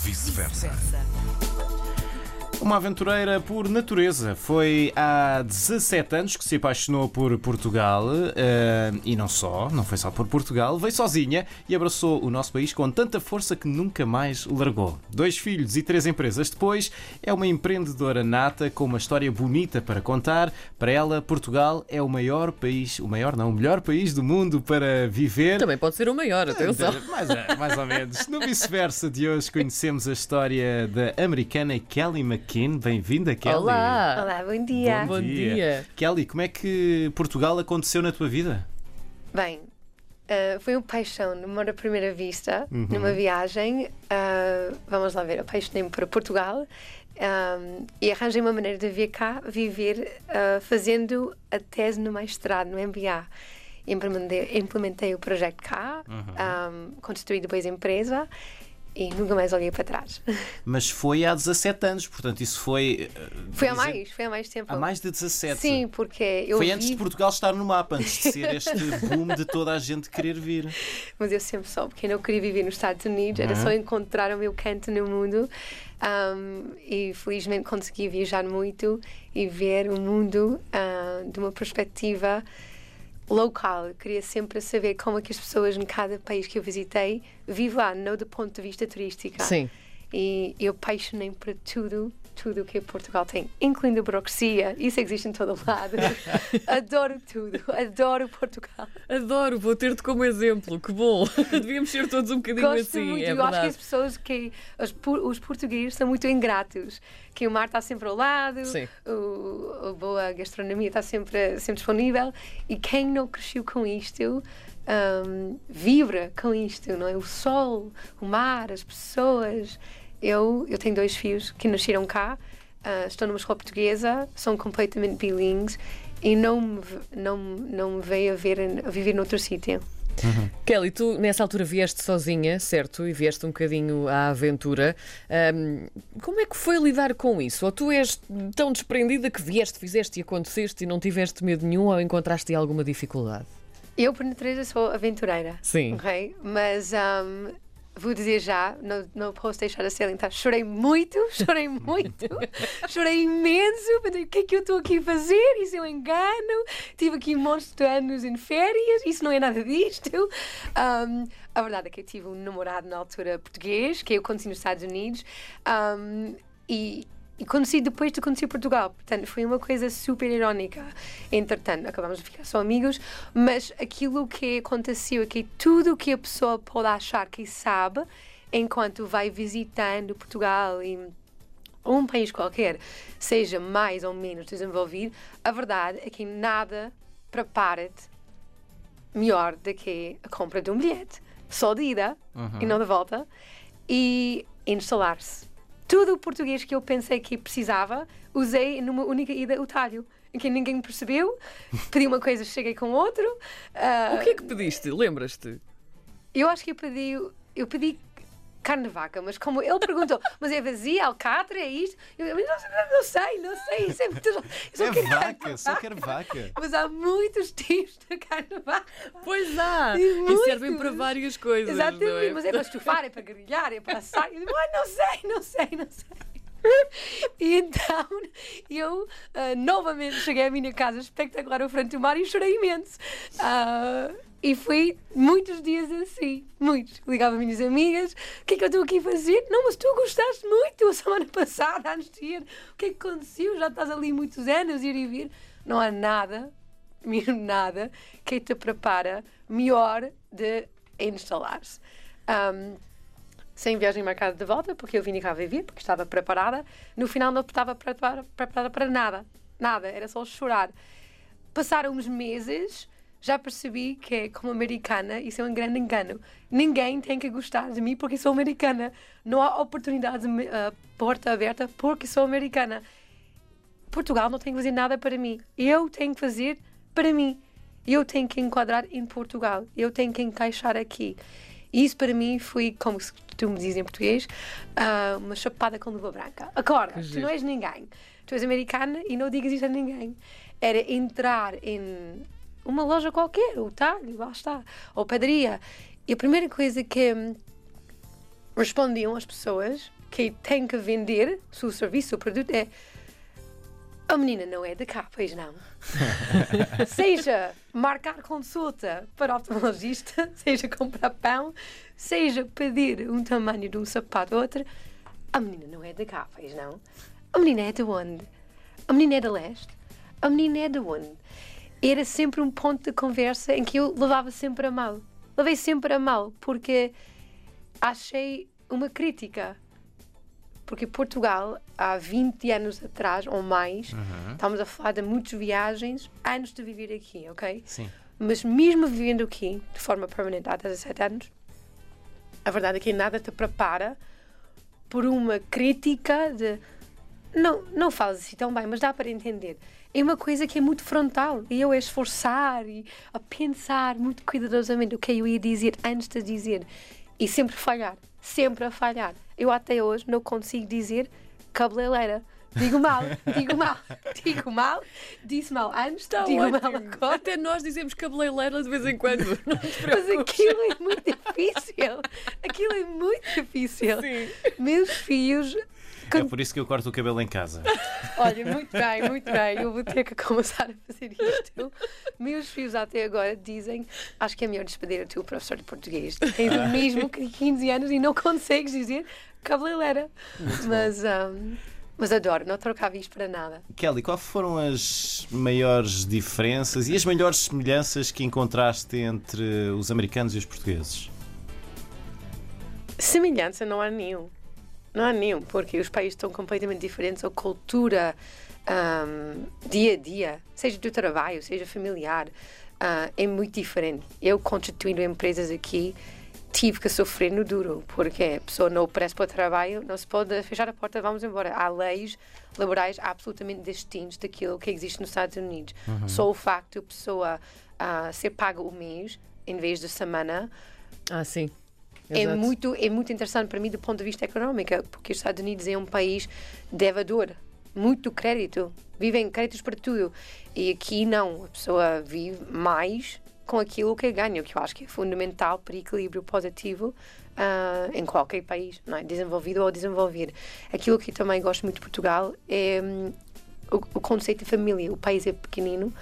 vice-versa. Uma aventureira por natureza. Foi há 17 anos que se apaixonou por Portugal e não foi só por Portugal. Veio sozinha e abraçou o nosso país com tanta força que nunca mais largou. 2 filhos e 3 empresas depois, é uma empreendedora nata com uma história bonita para contar. Para ela, Portugal é o melhor país do mundo para viver. Também pode ser o maior, atenção. Mais ou menos. No vice-versa de hoje conhecemos a história da americana Kelly McKean. Bem-vinda, Kelly. Olá. Olá, bom dia. Bom dia. Kelly, como é que Portugal aconteceu na tua vida? Bem, foi uma paixão, numa primeira vista, numa viagem. Vamos lá ver, apaixonei-me por Portugal e arranjei uma maneira de vir cá, viver fazendo a tese no mestrado, no MBA. Implementei o projeto cá, constituí depois a empresa. E nunca mais olhei para trás. Mas foi há 17 anos, portanto, isso foi... Foi há mais tempo. Há mais de 17. Sim, porque eu Foi antes de Portugal estar no mapa, antes de ser este boom de toda a gente querer vir. Mas eu sempre soube que eu não queria viver nos Estados Unidos, era só encontrar o meu canto no mundo. E felizmente consegui viajar muito e ver o mundo de uma perspectiva local. Eu queria sempre saber como é que as pessoas em cada país que eu visitei vivem lá, não do ponto de vista turístico. Sim. E eu apaixonei por tudo que Portugal tem, incluindo a burocracia. Isso existe em todo lado. Adoro tudo. Adoro Portugal. Adoro, vou ter-te como exemplo. Que bom. Devíamos ser todos um bocadinho Gosto assim. muito. É eu verdade. acho que as pessoas os portugueses são muito ingratos. Que o mar está sempre ao lado, Sim. a boa gastronomia está sempre disponível. E quem não cresceu com isto vibra com isto, não é? O sol, o mar, as pessoas. Eu tenho 2 filhos que nasceram cá, estou numa escola portuguesa, são completamente bilíngues e não me veio a viver noutro sítio. Kelly, tu nessa altura vieste sozinha, certo? E vieste um bocadinho à aventura. Como é que foi lidar com isso? Ou tu és tão desprendida que vieste, fizeste e aconteceste e não tiveste medo nenhum ou encontraste alguma dificuldade? Eu, por natureza, sou aventureira. Sim. Okay? Mas vou dizer já, não posso deixar de salientar, chorei muito, chorei imenso, pensei, o que é que eu estou aqui a fazer? Isso é um engano, tive aqui montes de anos em férias, isso não é nada disto. A verdade é que eu tive um namorado na altura português, que eu conheci nos Estados Unidos, e conheci depois de conhecer Portugal. Portanto, foi uma coisa super irónica. Entretanto, acabamos de ficar só amigos, mas aquilo que aconteceu é que tudo que a pessoa pode achar que sabe, enquanto vai visitando Portugal e um país qualquer, seja mais ou menos desenvolvido, a verdade é que nada prepara-te melhor do que a compra de um bilhete. Só de ida e não de volta. E instalar-se. Tudo o português que eu pensei que precisava, usei numa única ida o talho. Em que ninguém me percebeu, pedi uma coisa, cheguei com outro. O que é que pediste? Lembras-te? Eu acho que eu pedi carne de vaca, mas como ele perguntou, mas é vazia, alcatra, é isto? Eu não sei, isso é muito... Só quero vaca. Mas há muitos tipos de carne de vaca. Pois há! E Muitos. servem para várias coisas. Exatamente, não é? mas é para estufar, é para grelhar, é para assar. Eu digo, não sei. E então eu novamente cheguei à minha casa espetacular ao frente do mar e chorei imenso. E foi muitos dias assim, muitos. Ligava a minhas amigas, o que é que eu estou aqui a fazer? Não, mas tu gostaste muito a semana passada, antes de ir. O que é que aconteceu? Já estás ali muitos anos, ir e vir. Não há nada, mesmo nada, que te prepara melhor de instalar-se. Sem viagem marcada de volta, porque eu vim cá viver, porque estava preparada. No final não estava preparada para nada. Nada, era só chorar. Passaram uns meses, já percebi que, como americana, isso é um grande engano. Ninguém tem que gostar de mim porque sou americana. Não há oportunidade de porta aberta porque sou americana. Portugal não tem que fazer nada para mim. Eu tenho que fazer para mim. Eu tenho que enquadrar em Portugal. Eu tenho que encaixar aqui. E isso para mim foi, como se tu me dizes em português, uma chapada com luva branca. Acorda, tu não és ninguém. Tu és americana e não digas isso a ninguém. Era entrar em uma loja qualquer, o talho, lá está, ou padaria. E a primeira coisa que respondiam às pessoas que têm que vender o seu serviço, o produto é: a menina não é de cá, pois não. Seja marcar consulta para oftalmologista, seja comprar pão, seja pedir um tamanho de um sapato ou outro, a menina não é de cá, pois não. A menina é de onde? A menina é de leste? A menina é de onde? Era sempre um ponto de conversa em que eu levava sempre a mal. Levei sempre a mal, porque achei uma crítica. Porque Portugal, há 20 anos atrás, ou mais, estamos a falar de muitas viagens antes de viver aqui, ok? Sim. Mas mesmo vivendo aqui, de forma permanente há 17 anos, a verdade é que nada te prepara por uma crítica de não falas assim tão bem, mas dá para entender. É uma coisa que é muito frontal, e eu a esforçar e a pensar muito cuidadosamente o que eu ia dizer antes de dizer, e sempre falhar, sempre a falhar. Eu até hoje não consigo dizer cabeleireira. Digo mal, disse mal antes, digo mal agora. Até nós dizemos cabeleireira de vez em quando. Não te Mas preocupes. aquilo é muito difícil. Aquilo é muito difícil. Sim. Meus filhos. É por isso que eu corto o cabelo em casa. Olha, muito bem, muito bem. Eu vou ter que começar a fazer isto. Meus filhos até agora dizem: acho que é melhor despedir o teu professor de português. Tens o mesmo que 15 anos e não consegues dizer cabeleireira. Mas adoro, não trocava isto para nada. Kelly, quais foram as maiores diferenças e as maiores semelhanças que encontraste entre os americanos e os portugueses? Semelhança não há nenhum. Não há nenhum, porque os países estão completamente diferentes. A cultura, dia a dia, seja do trabalho, seja familiar, é muito diferente. Eu, constituindo empresas aqui, tive que sofrer no duro, porque a pessoa não oferece para o trabalho, não se pode fechar a porta, vamos embora. Há leis laborais absolutamente distintas daquilo que existe nos Estados Unidos. Só o facto de a pessoa ser paga o mês, em vez de semana, Sim. é Exato. muito interessante para mim do ponto de vista económico, porque os Estados Unidos é um país devedor, muito crédito, vivem créditos para tudo. E aqui não, a pessoa vive mais com aquilo que ganha, o que eu acho que é fundamental para equilíbrio positivo em qualquer país, não é? Desenvolvido ou desenvolver. Aquilo que eu também gosto muito de Portugal é o conceito de família. O país é pequenino,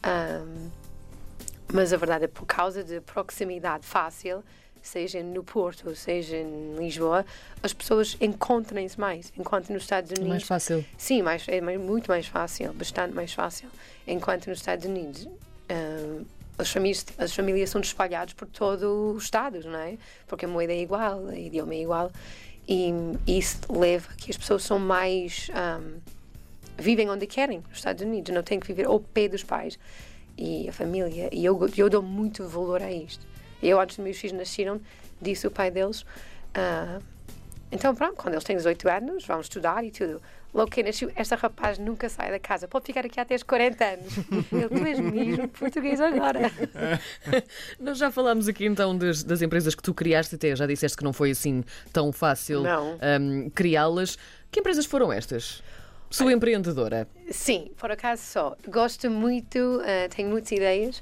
mas a verdade é por causa de proximidade fácil, seja no Porto, seja em Lisboa, as pessoas encontram-se mais, enquanto nos Estados Unidos... Mais fácil. Sim, muito mais fácil, bastante mais fácil. Enquanto nos Estados Unidos as famílias são espalhadas por todo os Estados, não é? Porque a moeda é igual, o idioma é igual, e isso leva a que as pessoas são mais... vivem onde querem, nos Estados Unidos, não têm que viver ao pé dos pais e a família, e eu dou muito valor a isto. Eu, antes dos meus filhos nasceram, disse o pai deles, então pronto, quando eles têm 18 anos, vão estudar e tudo. Logo que nasceu, esta rapaz nunca sai da casa, pode ficar aqui até os 40 anos. Tu és mesmo português agora. Nós já falámos aqui então das empresas que tu criaste, até já disseste que não foi assim tão fácil criá-las. Que empresas foram estas? Sou empreendedora. Sim, por acaso só. Gosto muito, tenho muitas ideias.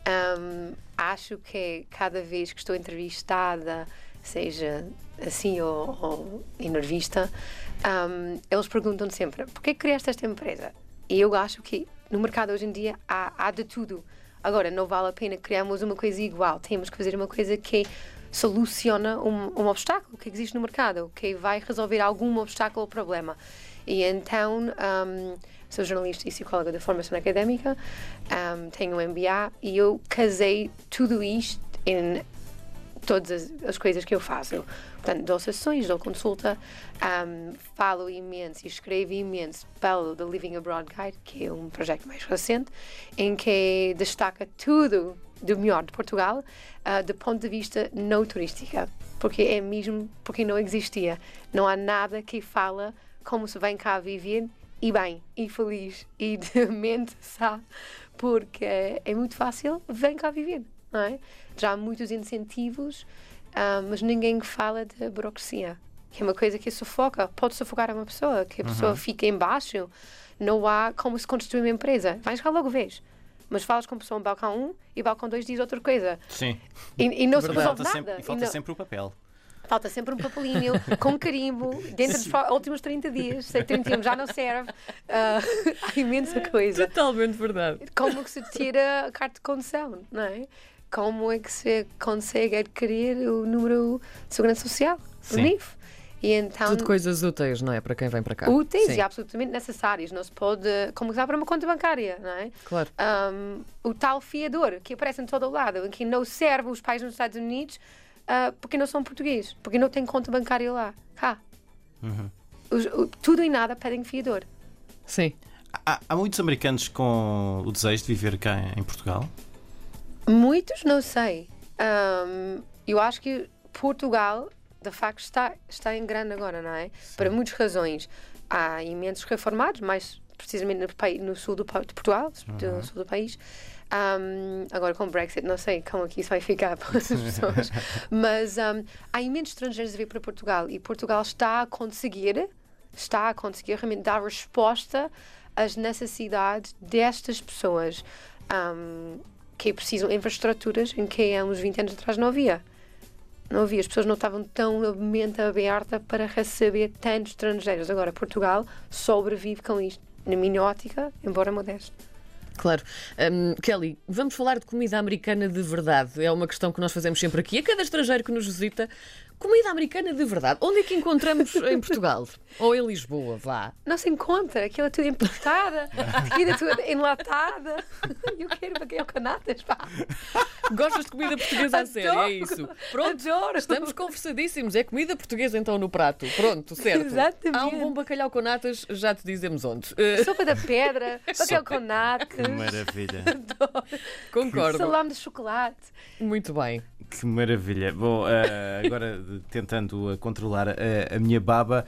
Acho que cada vez que estou entrevistada, seja assim ou em entrevista, eles perguntam sempre: por que criaste esta empresa? E eu acho que no mercado hoje em dia há de tudo. Agora, não vale a pena criarmos uma coisa igual. Temos que fazer uma coisa que soluciona um obstáculo que existe no mercado, que vai resolver algum obstáculo ou problema. E então, sou jornalista e psicóloga de formação académica, tenho um MBA e eu casei tudo isto em todas as coisas que eu faço. Portanto, dou sessões, dou consulta, falo imenso e escrevo imenso pelo The Living Abroad Guide, que é um projeto mais recente, em que destaca tudo do melhor de Portugal do ponto de vista não turístico, porque é mesmo porque não existia. Não há nada que fala como se vem cá viver e bem, e feliz, e de mente sã, porque é muito fácil, vem cá viver, não é? Já há muitos incentivos, mas ninguém fala da burocracia, que é uma coisa que sufoca, pode sufocar uma pessoa, que a pessoa fica em baixo, não há como se construir uma empresa, vais cá logo vês. Mas falas com a pessoa em balcão 1 e balcão 2 diz outra coisa. Sim. E não se resolve nada. E falta sempre o papel. Falta sempre um papelinho com carimbo dentro dos últimos 30 dias. Sei, 31 já não serve. Há imensa coisa. Totalmente verdade. Como que se tira a carta de condução, não é? Como é que se consegue adquirir o número de segurança social, o Sim. NIF? E então, Tudo coisas úteis, não é? Para quem vem para cá. úteis Sim, e absolutamente necessárias. Não se pode começar para uma conta bancária, não é? claro. O tal fiador que aparece em todo o lado, que não serve os pais nos Estados Unidos porque não são portugueses, porque não têm conta bancária lá. Cá. Tudo e nada pedem fiador. Sim. Há muitos americanos com o desejo de viver cá em Portugal? Muitos, não sei. Eu acho que Portugal, de facto, está em grande agora, não é? Para muitas razões. Há imensos reformados, mais precisamente no sul de Portugal, do sul do país. Agora com o Brexit, não sei como aqui isso vai ficar para as pessoas. Mas há imensos estrangeiros a vir para Portugal e Portugal está a conseguir realmente dar resposta às necessidades destas pessoas que precisam de infraestruturas em que há uns 20 anos atrás não havia. Não havia, as pessoas não estavam tão a mente aberta para receber tantos estrangeiros. Agora, Portugal sobrevive com isto, na minha ótica, embora modesto. Claro. Kelly, vamos falar de comida americana de verdade. É uma questão que nós fazemos sempre aqui. A cada estrangeiro que nos visita, comida americana de verdade. Onde é que encontramos em Portugal? Ou em Lisboa, vá. Não se encontra, aquilo é tudo importada, comida toda enlatada. Eu quero bacalhau com natas, pá. Gostas de comida portuguesa a sério? É isso. Pronto, Adoro. estamos conversadíssimos. É comida portuguesa então no prato. Pronto, certo. Exatamente. Há um bom bacalhau com natas, já te dizemos onde. Sopa da pedra, bacalhau com natas, Que maravilha! Concordo. salame de chocolate. Muito bem. Que maravilha! Bom, agora tentando controlar a minha baba,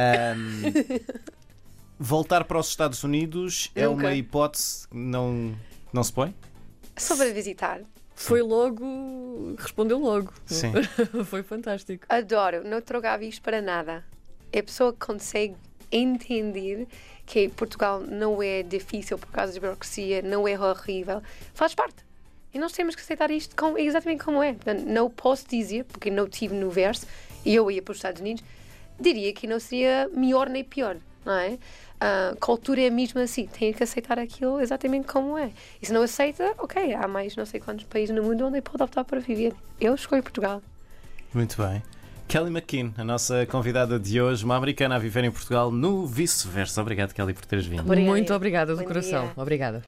voltar para os Estados Unidos é Nunca. uma hipótese que não se põe? Só para visitar. Foi logo. Respondeu logo. Sim. Foi fantástico. Adoro, não trocava isto para nada. É a pessoa que consegue entender que Portugal não é difícil por causa da burocracia, não é horrível, faz parte. E nós temos que aceitar isto exatamente como é. Portanto, não posso dizer, porque não estive no verso, e eu ia para os Estados Unidos, diria que não seria melhor nem pior, não é? A cultura é mesmo assim, tem que aceitar aquilo exatamente como é. E se não aceita, ok, há mais não sei quantos países no mundo onde pode optar para viver. Eu escolho Portugal. Muito bem. Kelly McKean, a nossa convidada de hoje, uma americana a viver em Portugal, no vice-versa. Obrigado, Kelly, por teres vindo. Obrigada. Muito obrigada do Bom coração. dia. Obrigada.